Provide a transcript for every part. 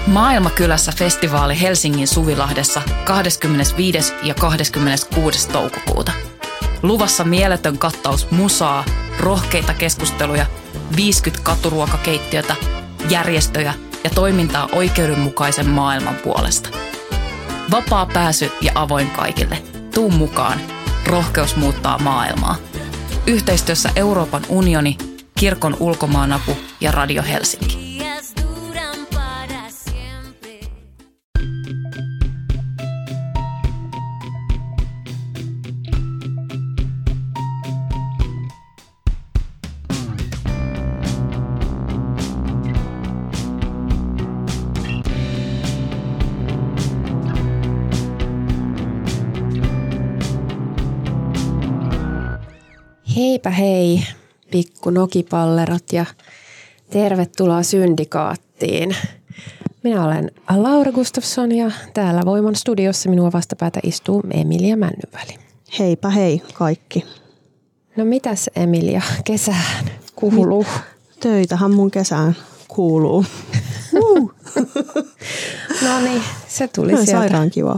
Maailmakylässä festivaali Helsingin Suvilahdessa 25. ja 26. toukokuuta. Luvassa mieletön kattaus musaa, rohkeita keskusteluja, 50 katuruokakeittiötä, järjestöjä ja toimintaa oikeudenmukaisen maailman puolesta. Vapaa pääsy ja avoin kaikille. Tuu mukaan. Rohkeus muuttaa maailmaa. Yhteistyössä Euroopan unioni, Kirkon ulkomaanapu ja Radio Helsinki. Heipä hei, pikku nokipallerot ja tervetuloa Syndikaattiin. Minä olen Laura Gustafsson ja täällä Voiman studiossa minua vastapäätä istuu Emilia Männyväli. Heipä hei kaikki. No mitäs Emilia kesään kuuluu? Töitähän mun kesään kuuluu. No niin, se tuli sieltä. Sairaan kivaa.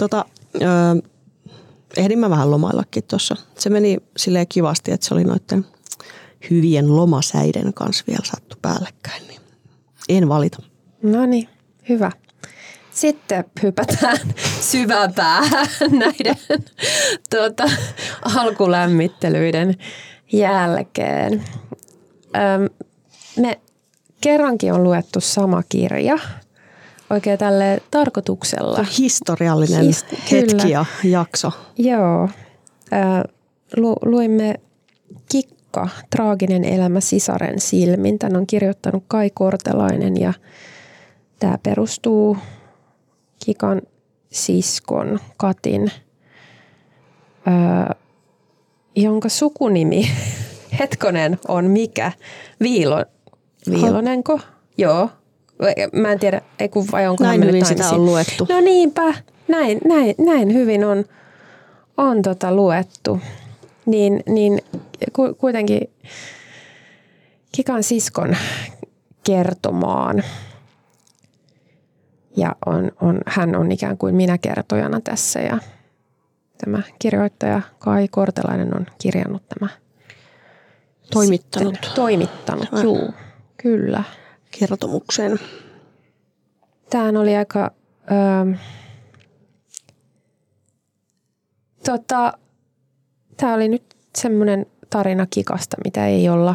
Ehdin mä vähän lomaillakin tuossa. Se meni silleen kivasti, että se oli noiden hyvien lomasäiden kanssa vielä sattu päällekkäin. Niin en valita. No niin, hyvä. Sitten hypätään syvään päähän näiden alkulämmittelyiden jälkeen. Me kerrankin on luettu sama kirja. Oikein tälle tarkoituksella. Historiallinen hetki ja jakso. Joo. Luimme Kikka, traaginen elämä sisaren silmin. Tän on kirjoittanut Kai Kortelainen ja tämä perustuu Kikan siskon Katin, jonka sukunimi, hetkonen, on mikä? Viilonenko? Joo. Mä en tiedä, vai onko näin hyvin sitä on luettu. No niinpä, näin hyvin on luettu. Niin kuitenkin Kikan siskon kertomaan. Ja hän on ikään kuin minä kertojana tässä ja tämä kirjoittaja Kai Kortelainen on kirjannut tämä. Toimittanut, juu, kyllä. Kertomuksen. Tämähän oli aika tämä oli nyt semmoinen tarina Kikasta, mitä ei olla.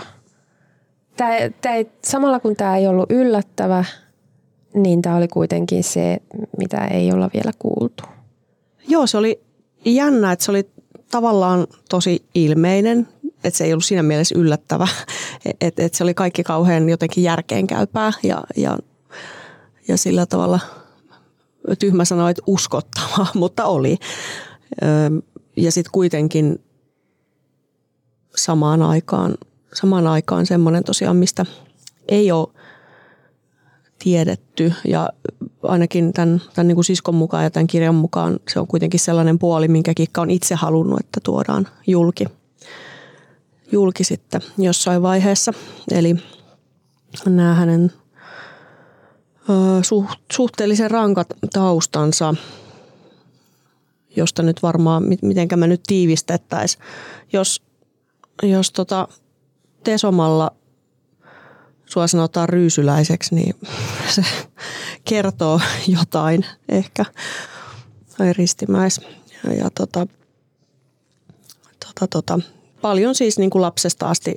Samalla kun tämä ei ollut yllättävä, niin tämä oli kuitenkin se, mitä ei olla vielä kuultu. Joo, se oli jännä, että se oli tavallaan tosi ilmeinen, että se ei ollut siinä mielessä yllättävä, että se oli kaikki kauhean jotenkin järkeenkäypää ja sillä tavalla tyhmä sanoa, että uskottavaa, mutta oli. Ja sitten kuitenkin samaan aikaan semmoinen tosiaan, mistä ei ole tiedetty ja ainakin tämän niin kuin siskon mukaan ja tämän kirjan mukaan se on kuitenkin sellainen puoli, minkä Kikka on itse halunnut, että tuodaan julki sitten jossain vaiheessa. Eli nämä hänen suhteellisen rankat taustansa, josta nyt varmaan, mitenkä me nyt tiivistettäisiin. Jos Tesomalla sua sanotaan ryysyläiseksi, niin se kertoo jotain ehkä. Tai ristimäis. Ja paljon siis niin kuin lapsesta asti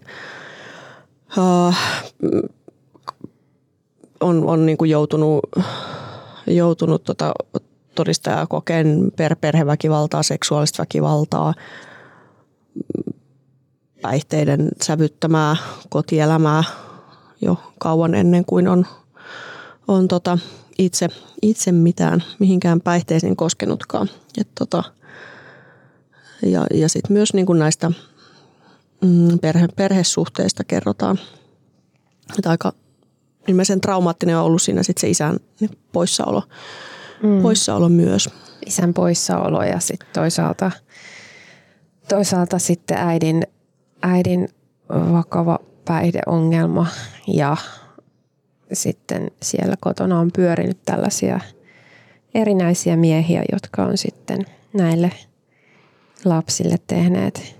on niin kuin joutunut todistajaa kokeen perheväkivaltaa, seksuaalista väkivaltaa, päihteiden sävyttämää kotielämää jo kauan ennen kuin on itse mihinkään päihteisiin koskenutkaan. Ja sitten myös niin kuin näistä perhesuhteista kerrotaan. Että aika ilmeisen traumaattinen on ollut siinä sitten se isän poissaolo myös. Isän poissaolo ja sitten toisaalta sitten äidin vakava päihdeongelma ja sitten siellä kotona on pyörinyt tällaisia erinäisiä miehiä, jotka on sitten näille lapsille tehneet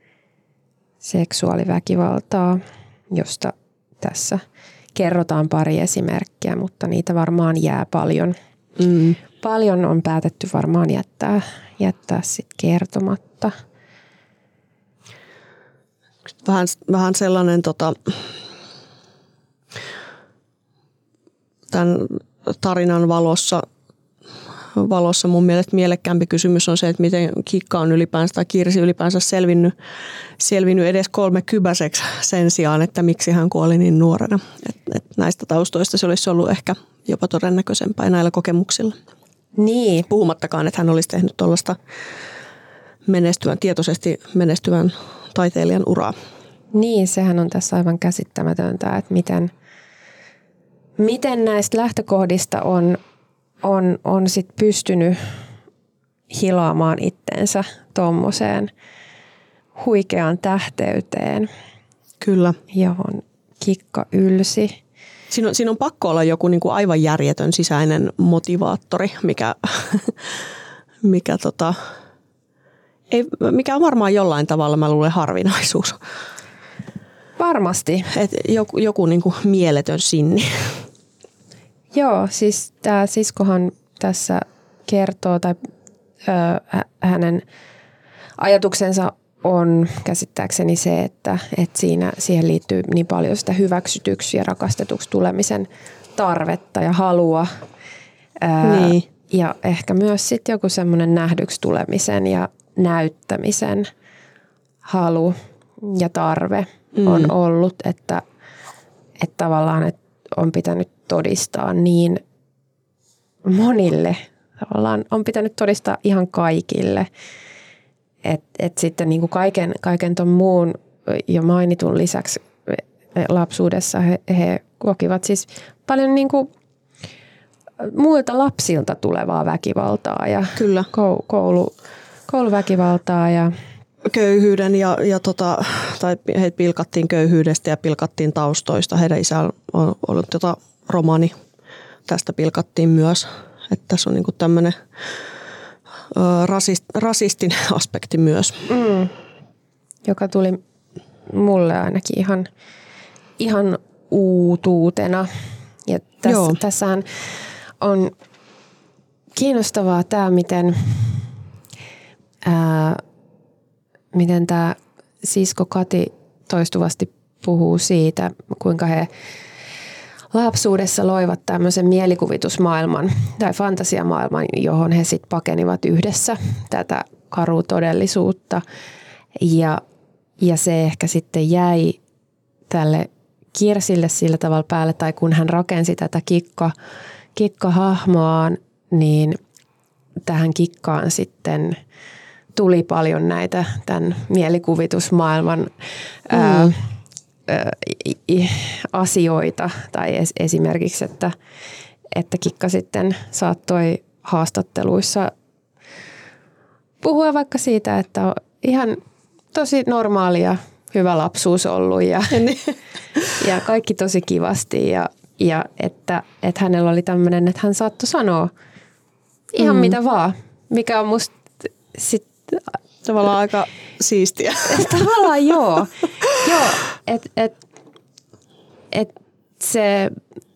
seksuaaliväkivaltaa, josta tässä kerrotaan pari esimerkkiä, mutta niitä varmaan jää paljon. Paljon on päätetty varmaan jättää sit kertomatta. Vähän sellainen tämän tarinan valossa mun mielestä mielekkäämpi kysymys on se, että miten Kikka on ylipäänsä tai Kirsi ylipäänsä selvinnyt edes 30-vuotiaaksi sen sijaan, että miksi hän kuoli niin nuorena. Et näistä taustoista se olisi ollut ehkä jopa todennäköisempää näillä kokemuksilla. Niin. Puhumattakaan, että hän olisi tehnyt tuollaista tietoisesti menestyvän taiteilijan uraa. Niin, sehän on tässä aivan käsittämätöntä, että miten näistä lähtökohdista on sit pystynyt hilaamaan itsensä tommoseen huikeaan tähteyteen. Kyllä. Johon Kikka ylsi. Siinä on pakko olla joku niin kuin aivan järjetön sisäinen motivaattori, mikä on varmaan jollain tavalla, mä luulen, harvinaisuus. Varmasti. Et joku niin kuin mieletön sinni. Joo, siis tämä siskohan tässä kertoo, tai hänen ajatuksensa on käsittääkseni se, että siihen liittyy niin paljon sitä hyväksytyksi ja rakastetuksi tulemisen tarvetta ja halua. Niin. Ja ehkä myös sitten joku semmoinen nähdyksi tulemisen ja näyttämisen halu ja tarve on ollut, että tavallaan että on pitänyt todistaa niin monille. Tavallaan on pitänyt todistaa ihan kaikille. Että sitten niin kuin kaiken ton muun jo mainitun lisäksi lapsuudessa he kokivat siis paljon niin kuin muilta lapsilta tulevaa väkivaltaa ja kyllä. Kouluväkivaltaa ja köyhyyden tai heitä pilkattiin köyhyydestä ja pilkattiin taustoista. Heidän isä on ollut romani. Tästä pilkattiin myös. Että tässä on niin kuin tämmöinen rasistin aspekti myös. Joka tuli mulle ainakin ihan uutuutena. Ja tässähän on kiinnostavaa tämä, miten tämä sisko Kati toistuvasti puhuu siitä, kuinka he lapsuudessa loivat tämmöisen mielikuvitusmaailman tai fantasiamaailman, johon he sitten pakenivat yhdessä tätä karua todellisuutta. Ja se ehkä sitten jäi tälle Kirsille sillä tavalla päälle, tai kun hän rakensi tätä Kikka-hahmoaan, niin tähän Kikkaan sitten tuli paljon näitä tämän mielikuvitusmaailman asioita. Tai esimerkiksi, että Kikka sitten saattoi haastatteluissa puhua vaikka siitä, että on ihan tosi normaalia hyvä lapsuus ollut ja kaikki tosi kivasti ja että hänellä oli tämmöinen, että hän saattoi sanoa ihan mitä vaan, mikä on musta sitten tavallaan aika siistiä. Tavallaan joo, että se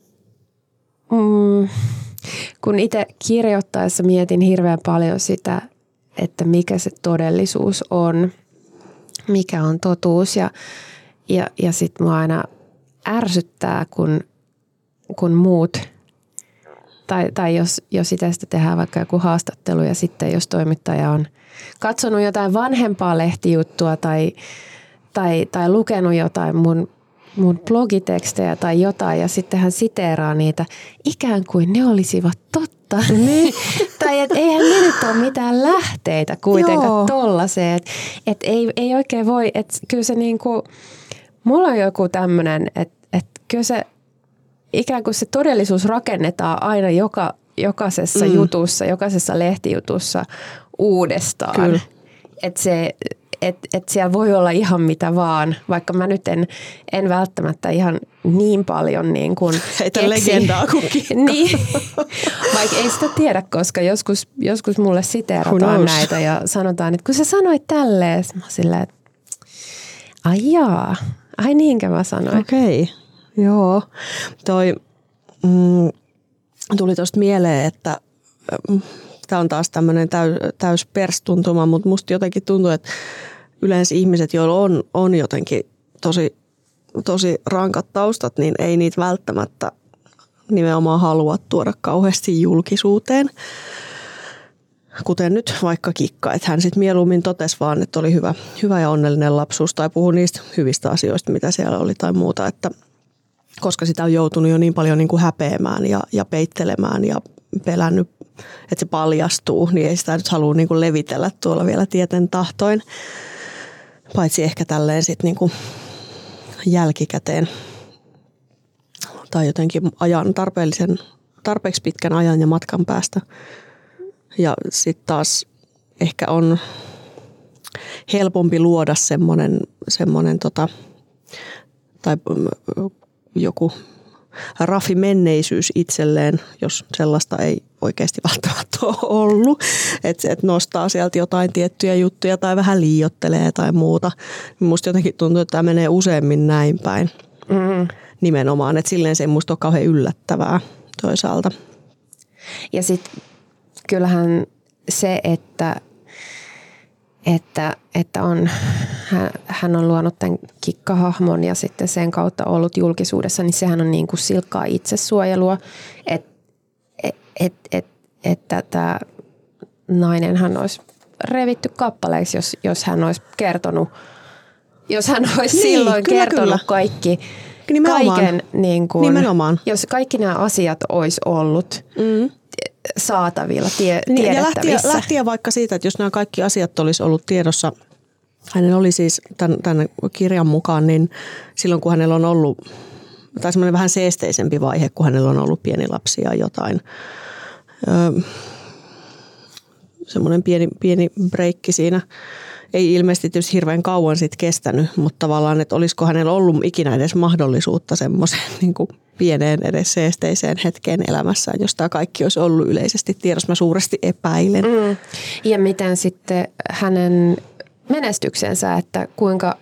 kun itse kirjoittaessa mietin hirveän paljon sitä, että mikä se todellisuus on, mikä on totuus ja sitten mua aina ärsyttää, kun muut, tai jos sitä tehdään vaikka joku haastattelu ja sitten jos toimittaja on katsonut jotain vanhempaa lehtijuttua tai lukenut jotain mun blogitekstejä tai jotain ja sitten hän siteeraa niitä ikään kuin ne olisivat totta. Tai että eihän ne nyt ole mitään lähteitä kuitenkaan tollaiseen. Että ei oikein voi, että kyllä se niinku, mulla on joku tämmöinen, että kyllä se ikään kuin se todellisuus rakennetaan aina jokaisessa jutussa, jokaisessa lehtijutussa uudestaan. Että se et siellä voi olla ihan mitä vaan, vaikka mä nyt en välttämättä ihan niin paljon niin kuin heitä legendaa kuin Kikka. Niin, vaikka ei sitä tiedä, koska joskus mulle siteerataan näitä ja sanotaan, että kun sä sanoit tälleen, mä silleen, että ai jaa, ai niinkö mä sanoin. Okei, joo. Tuli tuosta mieleen, että tämä on taas tämmöinen täys perstuntuma, mutta musta jotenkin tuntuu, että yleensä ihmiset, joilla on jotenkin tosi rankat taustat, niin ei niitä välttämättä nimenomaan halua tuoda kauheasti julkisuuteen. Kuten nyt vaikka Kikka, että hän sitten mieluummin totesi vaan, että oli hyvä ja onnellinen lapsuus tai puhui niistä hyvistä asioista, mitä siellä oli tai muuta, että koska sitä on joutunut jo niin paljon niin kuin häpeämään ja peittelemään ja pelännyt, että se paljastuu, niin ei sitä nyt halua niin kuin levitellä tuolla vielä tieten tahtoin. Paitsi ehkä tälleen sitten niin kuin jälkikäteen tai jotenkin tarpeeksi pitkän ajan ja matkan päästä. Ja sitten taas ehkä on helpompi luoda semmoinen tai joku raffi menneisyys itselleen, jos sellaista ei oikeasti välttämättä ole ollut. Että nostaa sieltä jotain tiettyjä juttuja tai vähän liioittelee tai muuta. Musta jotenkin tuntuu, että tämä menee useammin näin päin. Nimenomaan, että silleen se ei musta ole kauhean yllättävää toisaalta. Ja sitten kyllähän se, että hän on luonut tämän Kikka-hahmon ja sitten sen kautta ollut julkisuudessa, niin sehän on niin kuin silkkaa itsesuojelua, että tämä nainenhan olisi revitty kappaleiksi, jos hän olisi kertonut, silloin kertonut kaikki. Kaiken niin kuin, jos kaikki nämä asiat olisi ollut saatavilla, tiedettävissä. Lähtien vaikka siitä, että jos nämä kaikki asiat olisi ollut tiedossa, hänen oli siis tämän kirjan mukaan, niin silloin kun hänellä on ollut, tai semmoinen vähän seesteisempi vaihe, kun hänellä on ollut pieni lapsi ja jotain, semmoinen pieni breikki siinä. Ei ilmeisesti tietysti hirveän kauan sitten kestänyt, mutta tavallaan, että olisiko hänellä ollut ikinä edes mahdollisuutta semmoiseen niin kuin pieneen edes seesteiseen hetkeen elämässään, jos tämä kaikki olisi ollut yleisesti tiedossa. Mä suuresti epäilen. Ja miten sitten hänen menestyksensä, että kuinka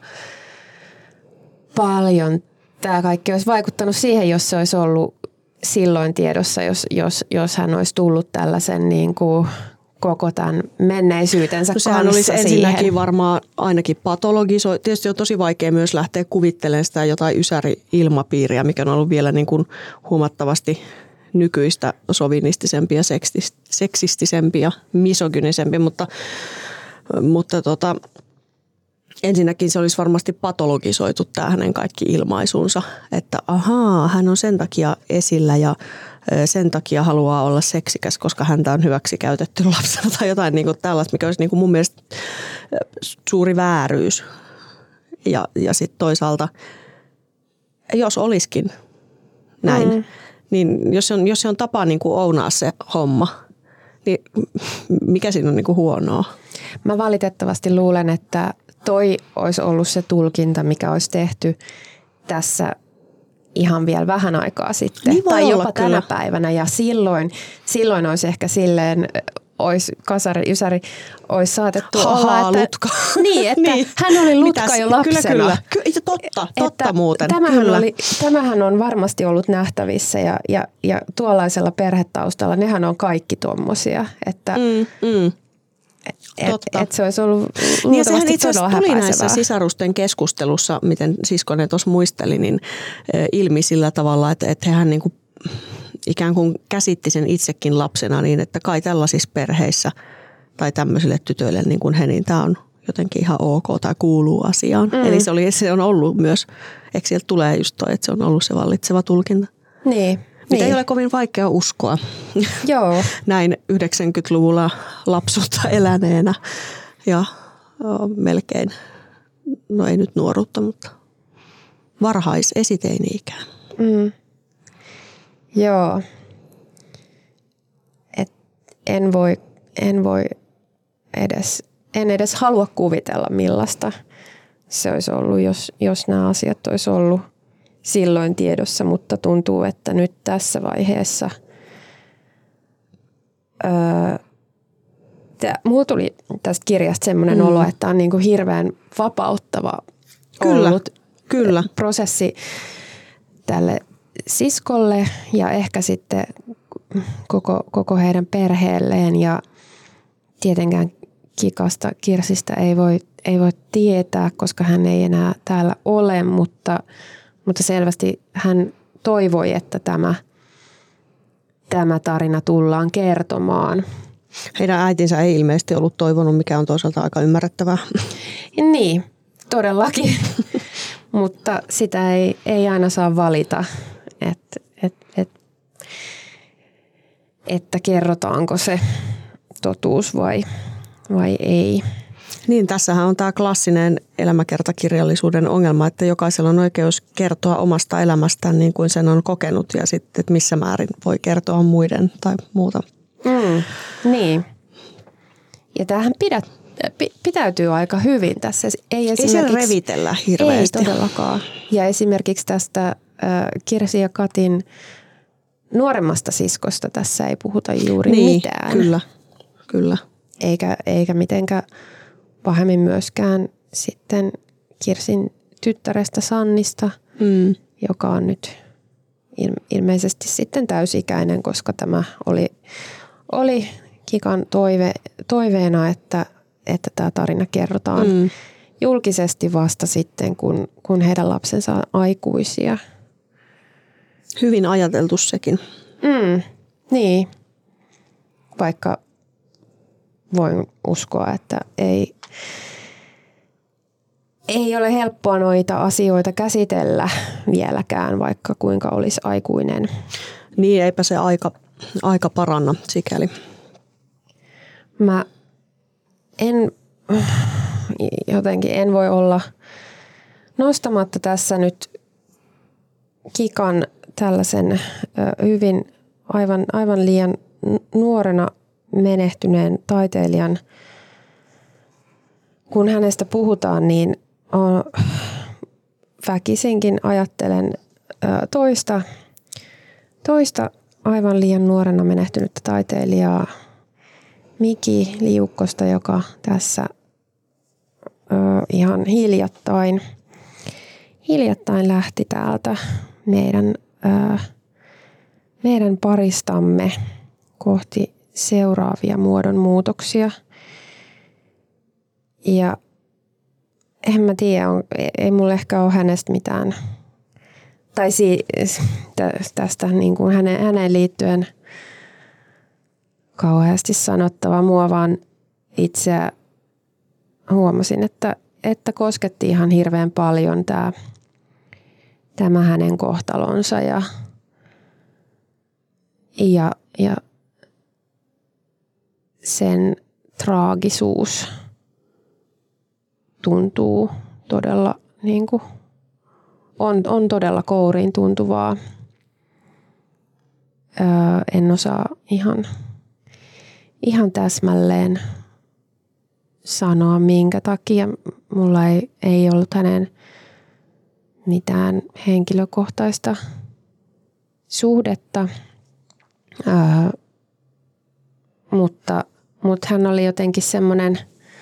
paljon tämä kaikki olisi vaikuttanut siihen, jos se olisi ollut silloin tiedossa, jos hän olisi tullut tällaisen niin kuin koko tämän menneisyytensä kanssa sehän olisi siihen. Ensinnäkin varmaan ainakin patologisoitu. Tietysti on tosi vaikea myös lähteä kuvittelemaan sitä jotain ysäri-ilmapiiriä, mikä on ollut vielä niin kuin huomattavasti nykyistä sovinistisempia, seksistisempia, misogynisempia, mutta ensinnäkin se olisi varmasti patologisoitu tämä hänen kaikki ilmaisunsa, että ahaa, hän on sen takia esillä ja sen takia haluaa olla seksikäs, koska häntä on hyväksi käytetty lapsena tai jotain niin kuin tällaista, mikä olisi niin kuin mun mielestä suuri vääryys. Ja sitten toisaalta, jos olisikin näin, niin jos se on tapa niin kuin ounaa se homma, niin mikä siinä on niin kuin huonoa? Mä valitettavasti luulen, että toi olisi ollut se tulkinta, mikä olisi tehty tässä ihan vielä vähän aikaa sitten. Niin tai jopa kyllä. tänä päivänä. Ja silloin olisi ehkä silleen, Ysäri olisi saatettu olla, että, lutka. Niin, että niin. Hän oli lutka jo lapsena. Kyllä. Totta muuten. Tämähän on varmasti ollut nähtävissä ja tuollaisella perhetaustalla, nehän on kaikki tuommoisia, että se olisi ollut niin ja sehän itse asiassa tuli näissä sisarusten keskustelussa, miten siskonen tuossa muisteli, niin ilmi sillä tavalla, että hehän niin kuin ikään kuin käsitti sen itsekin lapsena niin, että kai tällaisissa perheissä tai tämmöisille tytöille niin kuin he, niin tämä on jotenkin ihan ok tai kuuluu asiaan. Eli se on ollut myös, eikö sieltä tulee just toi, että se on ollut se vallitseva tulkinta. Niin. Mitä ei ole kovin vaikea uskoa. Joo. Näin 90-luvulla lapsuutta eläneenä ja melkein, no ei nyt nuoruutta, mutta varhaisesiteini-ikään. Joo. En voi en edes halua kuvitella, millaista se olisi ollut, jos nämä asiat olisi ollut silloin tiedossa, mutta tuntuu, että nyt tässä vaiheessa mulla tuli tästä kirjasta semmoinen olo, että on niin kuin hirveän vapauttava ollut prosessi tälle siskolle ja ehkä sitten koko heidän perheelleen ja tietenkään Kikasta, Kirsistä ei voi tietää, koska hän ei enää täällä ole, mutta selvästi hän toivoi, että tämä tarina tullaan kertomaan. Heidän äitinsä ei ilmeisesti ollut toivonut, mikä on toisaalta aika ymmärrettävää. Niin, todellakin, mutta sitä ei aina saa valita, että kerrotaanko se totuus vai ei. Niin, tässähän on tämä klassinen elämäkertakirjallisuuden ongelma, että jokaisella on oikeus kertoa omasta elämästään niin kuin sen on kokenut ja sitten, että missä määrin voi kertoa muiden tai muuta. Niin. Ja tämähän pitäytyy aika hyvin tässä. Ei siellä revitellä hirveästi. Ei todellakaan. Ja esimerkiksi tästä Kirsi ja Katin nuoremmasta siskosta tässä ei puhuta juuri mitään. Kyllä. Eikä mitenkään pahemmin myöskään sitten Kirsin tyttärestä Sannista, joka on nyt ilmeisesti sitten täysikäinen, koska tämä oli Kikan toiveena, että tämä tarina kerrotaan julkisesti vasta sitten, kun heidän lapsensa on aikuisia. Hyvin ajateltu sekin. Niin, vaikka voin uskoa, että ei ole helppoa noita asioita käsitellä vieläkään, vaikka kuinka olisi aikuinen. Niin, eipä se aika paranna sikäli. Mä en voi olla nostamatta tässä nyt Kikan tällaisen hyvin aivan liian nuorena menehtyneen taiteilijan. Kun hänestä puhutaan, niin väkisinkin ajattelen toista aivan liian nuorena menehtynyttä taiteilijaa Miki Liukkosta, joka tässä ihan hiljattain lähti täältä meidän paristamme kohti seuraavia muodonmuutoksia. Ja en mä tiedä, ei mulla ehkä ole hänestä mitään, tai tästä niin kuin häneen liittyen kauheasti sanottava. Mua vaan itse huomasin, että kosketti ihan hirveän paljon tämä hänen kohtalonsa ja sen traagisuus tuntuu todella niin kuin on todella kouriin tuntuvaa. En osaa ihan täsmälleen sanoa, minkä takia. Mulla ei ollut hänen mitään henkilökohtaista suhdetta, mutta hän oli jotenkin semmoinen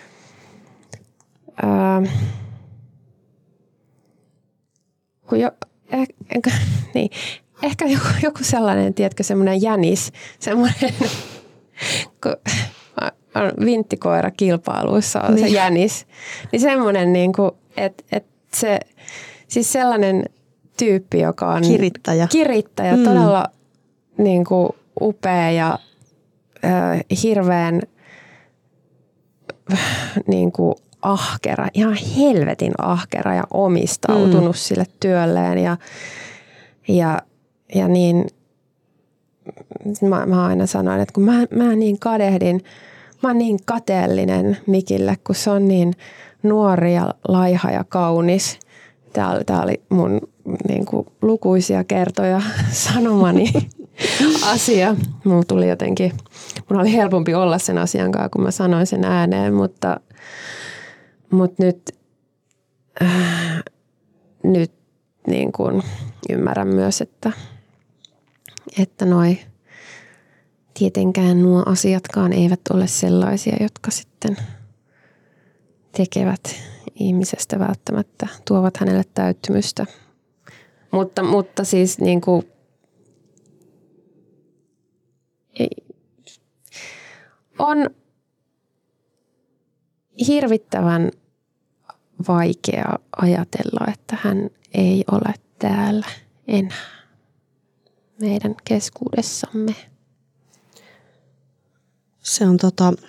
ehkä joku sellainen, tiedätkö, semmoinen jänis, semmoinen kun vinttikoira kilpailuissa on se jänis, niin semmoinen niin kuin, että se siis sellainen tyyppi, joka on kirittäjä todella niin kuin upea ja hirveän niin kuin ahkera, ihan helvetin ahkera ja omistautunut sille työlleen ja niin mä aina sanoin, että kun mä niin kadehdin, mä oon niin kateellinen Mikille, kun se on niin nuori ja laiha ja kaunis. Tää oli mun niin kuin lukuisia kertoja sanomani asia. Mun oli helpompi olla sen asian kanssa, kun mä sanoin sen ääneen, mutta Mutta nyt niin kuin ymmärrän myös, että tietenkään nuo asiatkaan eivät ole sellaisia, jotka sitten tekevät ihmisestä välttämättä, tuovat hänelle täyttymystä. Mutta siis niin kuin, on hirvittävän vaikea ajatella, että hän ei ole täällä enää meidän keskuudessamme. Se on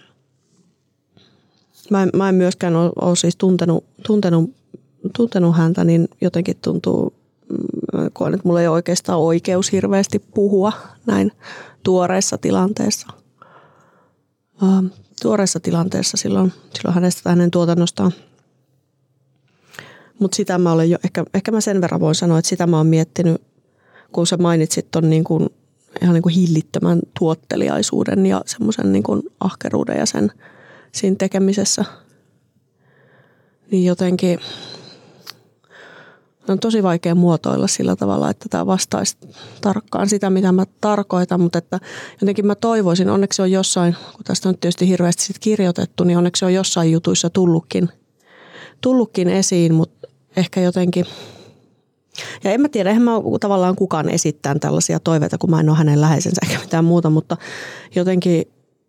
mä en myöskään ole siis tuntenut häntä, niin jotenkin tuntuu, koen, että mulla ei ole oikeastaan oikeus hirveästi puhua näin tuoreessa tilanteessa silloin hänen tuotannostaan. Mutta sitä mä olen jo, ehkä mä sen verran voin sanoa, että sitä mä oon miettinyt, kun sä mainitsit ton niin kuin, ihan niin kuin hillittömän tuotteliaisuuden ja semmoisen niin kuin ahkeruuden ja sen siinä tekemisessä. Niin jotenkin on tosi vaikea muotoilla sillä tavalla, että tämä vastaisi tarkkaan sitä, mitä mä tarkoitan, mutta että jotenkin mä toivoisin, onneksi on jossain, kun tästä on tietysti hirveästi sit kirjoitettu, niin onneksi on jossain jutuissa tullutkin esiin, mutta ehkä jotenkin, ja en mä tiedä, eihän mä tavallaan kukaan esittää tällaisia toiveita, kun mä en ole hänen läheisensä eikä mitään muuta, mutta jotenkin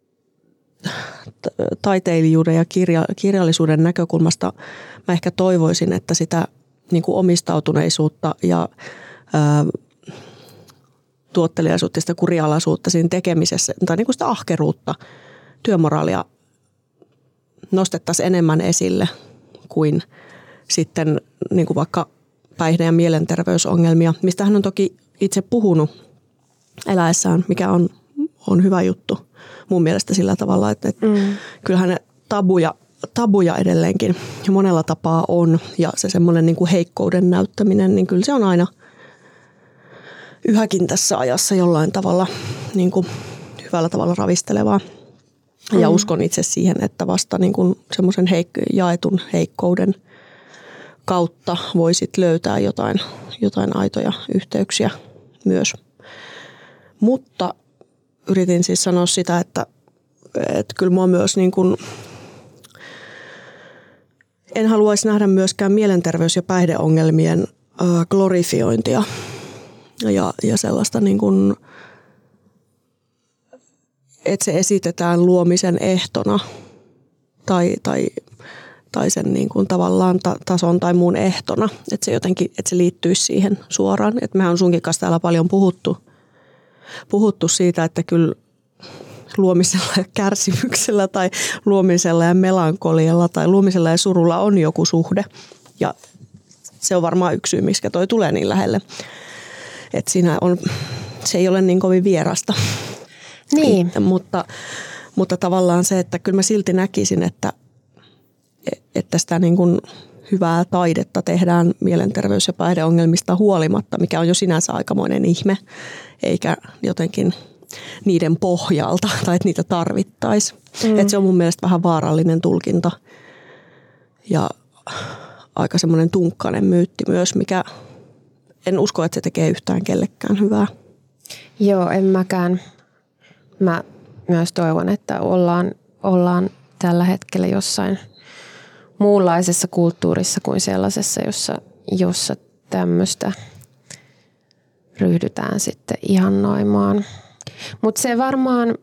taiteilijuuden ja kirjallisuuden näkökulmasta mä ehkä toivoisin, että sitä niin kuin omistautuneisuutta ja tuottelijaisuutta ja sitä kurialaisuutta siinä tekemisessä, tai niin kuin sitä ahkeruutta, työmoraalia nostettaisiin enemmän esille kuin sitten niin kuin vaikka päihde- ja mielenterveysongelmia, mistä hän on toki itse puhunut eläessään, mikä on hyvä juttu mun mielestä sillä tavalla, että kyllähän ne tabuja edelleenkin monella tapaa on, ja se semmoinen niin kuin heikkouden näyttäminen, niin kyllä se on aina yhäkin tässä ajassa jollain tavalla niin kuin hyvällä tavalla ravistelevaa. Ja uskon itse siihen, että vasta niin kuin semmoisen jaetun heikkouden kautta voisit löytää jotain aitoja yhteyksiä myös. Mutta yritin siis sanoa sitä, että kyllä mua myös niin kuin, en haluaisi nähdä myöskään mielenterveys- ja päihdeongelmien glorifiointia ja sellaista niin kuin, että se esitetään luomisen ehtona tai sen niin kuin tavallaan tason tai muun ehtona, että se jotenkin, että se liittyisi siihen suoraan. Että mehän on sunkin kanssa täällä paljon puhuttu siitä, että kyllä luomisella ja kärsimyksellä tai luomisella ja melankolialla tai luomisella ja surulla on joku suhde. Ja se on varmaan yksi syy, miksi toi tulee niin lähelle. Että siinä se ei ole niin kovin vierasta. Niin. Mutta tavallaan se, että kyllä mä silti näkisin, että sitä niin kuin hyvää taidetta tehdään mielenterveys- ja päihdeongelmista huolimatta, mikä on jo sinänsä aikamoinen ihme, eikä jotenkin niiden pohjalta tai että niitä tarvittaisiin. Että se on mun mielestä vähän vaarallinen tulkinta ja aika semmoinen tunkkainen myytti myös, mikä en usko, että se tekee yhtään kellekään hyvää. Joo, en mäkään. Mä myös toivon, että ollaan tällä hetkellä jossain muunlaisessa kulttuurissa kuin sellaisessa, jossa tämmöistä ryhdytään sitten ihannoimaan. Mutta se varmaan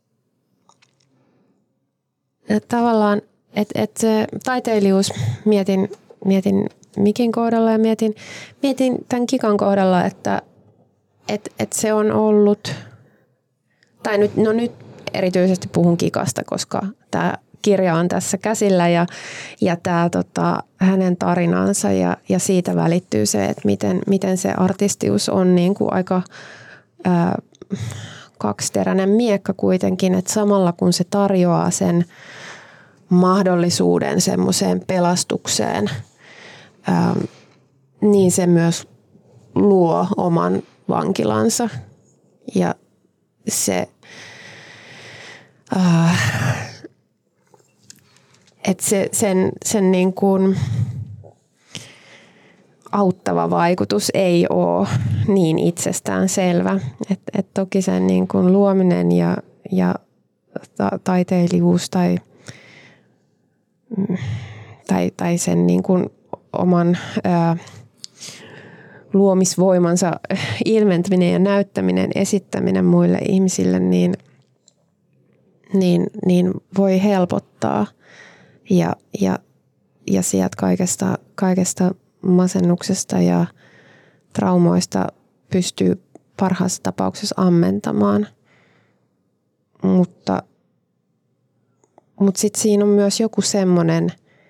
tavallaan, että se taiteilijuus mietin Mikin kohdalla ja mietin tämän Kikan kohdalla, että se on ollut, tai nyt erityisesti puhun Kikasta, koska tämä kirja on tässä käsillä ja tämä hänen tarinansa ja siitä välittyy se, että miten se artistius on niin kuin aika kaksiteräinen miekka kuitenkin, että samalla kun se tarjoaa sen mahdollisuuden semmoiseen pelastukseen, niin se myös luo oman vankilansa ja se että sen niin kuin auttava vaikutus ei ole niin itsestään selvä. Et toki sen niin kuin luominen ja taiteilijuus tai sen niin kuin oman luomisvoimansa ilmentäminen ja näyttäminen, esittäminen muille ihmisille, niin voi helpottaa ja sieltä kaikesta masennuksesta ja traumoista pystyy parhaassa tapauksessa ammentamaan. Mutta sitten siinä on myös joku semmoinen,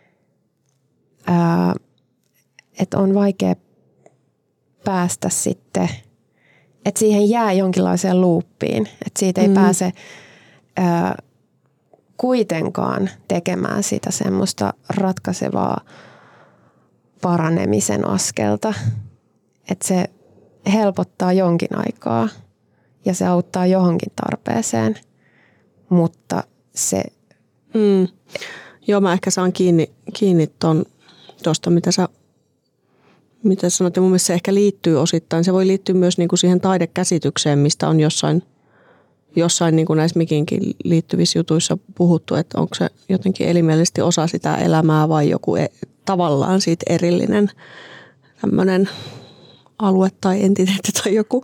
että on vaikea päästä sitten, että siihen jää jonkinlaiseen luuppiin, että siitä ei pääse kuitenkaan tekemään sitä semmoista ratkaisevaa paranemisen askelta, että se helpottaa jonkin aikaa ja se auttaa johonkin tarpeeseen, mutta se... Joo, mä ehkä saan kiinni tuosta, mitä sanoit, ja mun mielestä se ehkä liittyy osittain. Se voi liittyä myös niin kuin siihen taidekäsitykseen, mistä on jossain niin kuin näissä mikinkin liittyvissä jutuissa puhuttu, että onko se jotenkin elimellisesti osa sitä elämää vai joku tavallaan siitä erillinen tämmöinen alue tai entiteetti tai joku.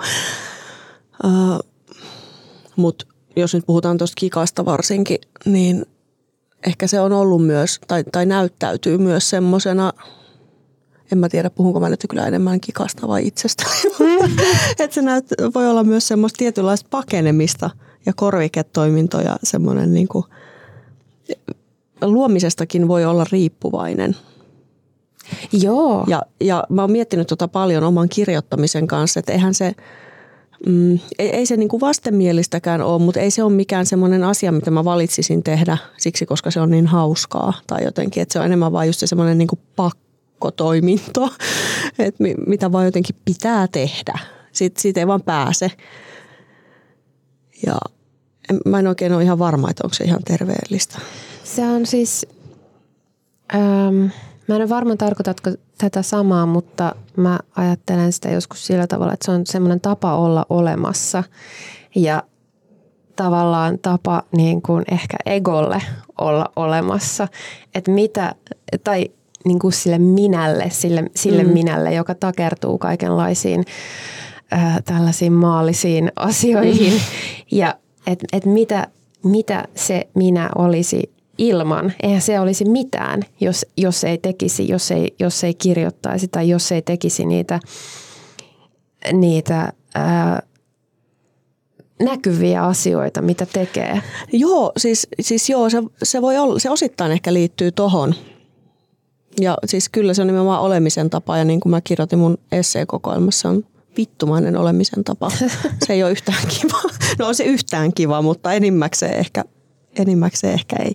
Mutta jos nyt puhutaan tuosta kikasta varsinkin, niin ehkä se on ollut myös, tai näyttäytyy myös semmosena, en mä tiedä puhunko mä nyt kyllä enemmän kikasta vai itsestä, että se voi olla myös semmoista tietynlaista pakenemista ja korviketoimintoja, semmoinen niinku, luomisestakin voi olla riippuvainen. Joo. Ja mä oon miettinyt paljon oman kirjoittamisen kanssa, että eihän se, ei se niinku vastenmielistäkään ole, mutta ei se ole mikään semmoinen asia, mitä mä valitsisin tehdä siksi, koska se on niin hauskaa tai jotenkin, että se on enemmän vaan just se semmoinen niinku pakkotoiminto, että mitä vaan jotenkin pitää tehdä. Siitä ei vaan pääse. Ja mä en oikein ole ihan varma, että onko se ihan terveellistä. Se on siis, mä en ole varma tarkoitatko tätä samaa, mutta mä ajattelen sitä joskus sillä tavalla, että se on semmoinen tapa olla olemassa ja tavallaan tapa niin kuin ehkä egolle olla olemassa. Että mitä, tai niin kuin sille minälle, sille minälle, joka takertuu kaikenlaisiin tällaisiin maallisiin asioihin. Ja että mitä se minä olisi ilman. Eihän se olisi mitään, jos ei tekisi, jos ei kirjoittaisi tai jos ei tekisi niitä näkyviä asioita, mitä tekee. Joo, siis joo, se voi olla, se osittain ehkä liittyy tohon. Ja siis kyllä se on nimenomaan olemisen tapa ja niin kuin mä kirjoitin mun esseekokoelmassa, on vittumainen olemisen tapa. Se ei ole yhtään kiva. No on se yhtään kiva, mutta enimmäkseen ehkä ei.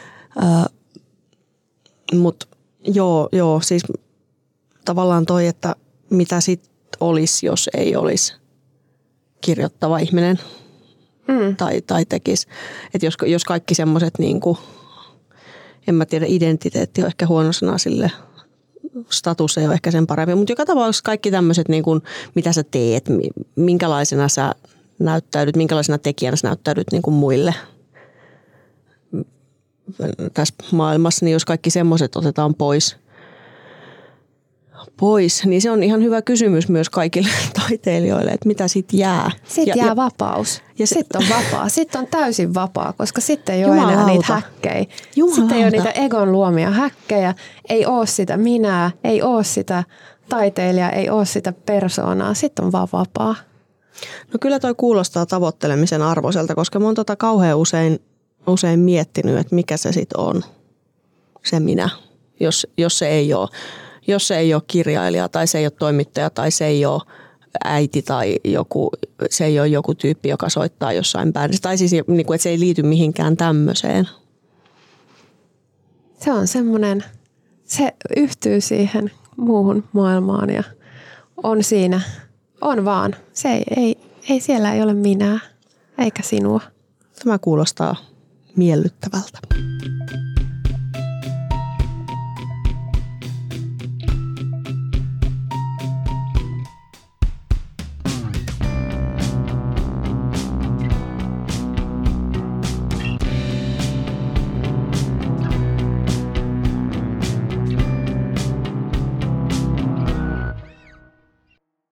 Mutta joo, siis tavallaan toi, että mitä sit olisi, jos ei olisi kirjoittava ihminen tai tekisi. Että jos kaikki semmoiset niinku, en mä tiedä, identiteetti on ehkä huono sana sille, status ei ole ehkä sen parempi, mutta joka tapauksessa kaikki tämmöiset, niinku, mitä sä teet, minkälaisena sä näyttäydyt, minkälaisena tekijänä sä näyttäydyt niinku muille tässä maailmassa, niin jos kaikki semmoiset otetaan pois, niin se on ihan hyvä kysymys myös kaikille taiteilijoille, että mitä sitten jää. Sitten jää vapaus. Ja sitten on vapaa. Sitten on täysin vapaa, koska sitten ei ole enää niitä häkkejä. Sitten ei ole niitä egon luomia häkkejä. Ei ole sitä minää, ei ole sitä taiteilijaa, ei ole sitä persoonaa. Sitten on vaan vapaa. No kyllä toi kuulostaa tavoittelemisen arvoiselta, koska mä oon kauhean usein miettinyt, että mikä se sitten on, se minä, jos se ei ole. Jos se ei ole kirjailija tai se ei ole toimittaja tai se ei ole äiti tai se ei ole joku tyyppi, joka soittaa jossain bändissä. Tai siis, että se ei liity mihinkään tämmöiseen. Se on semmoinen, se yhtyy siihen muuhun maailmaan ja on siinä, on vaan. Se ei siellä ei ole minä eikä sinua. Tämä kuulostaa miellyttävältä.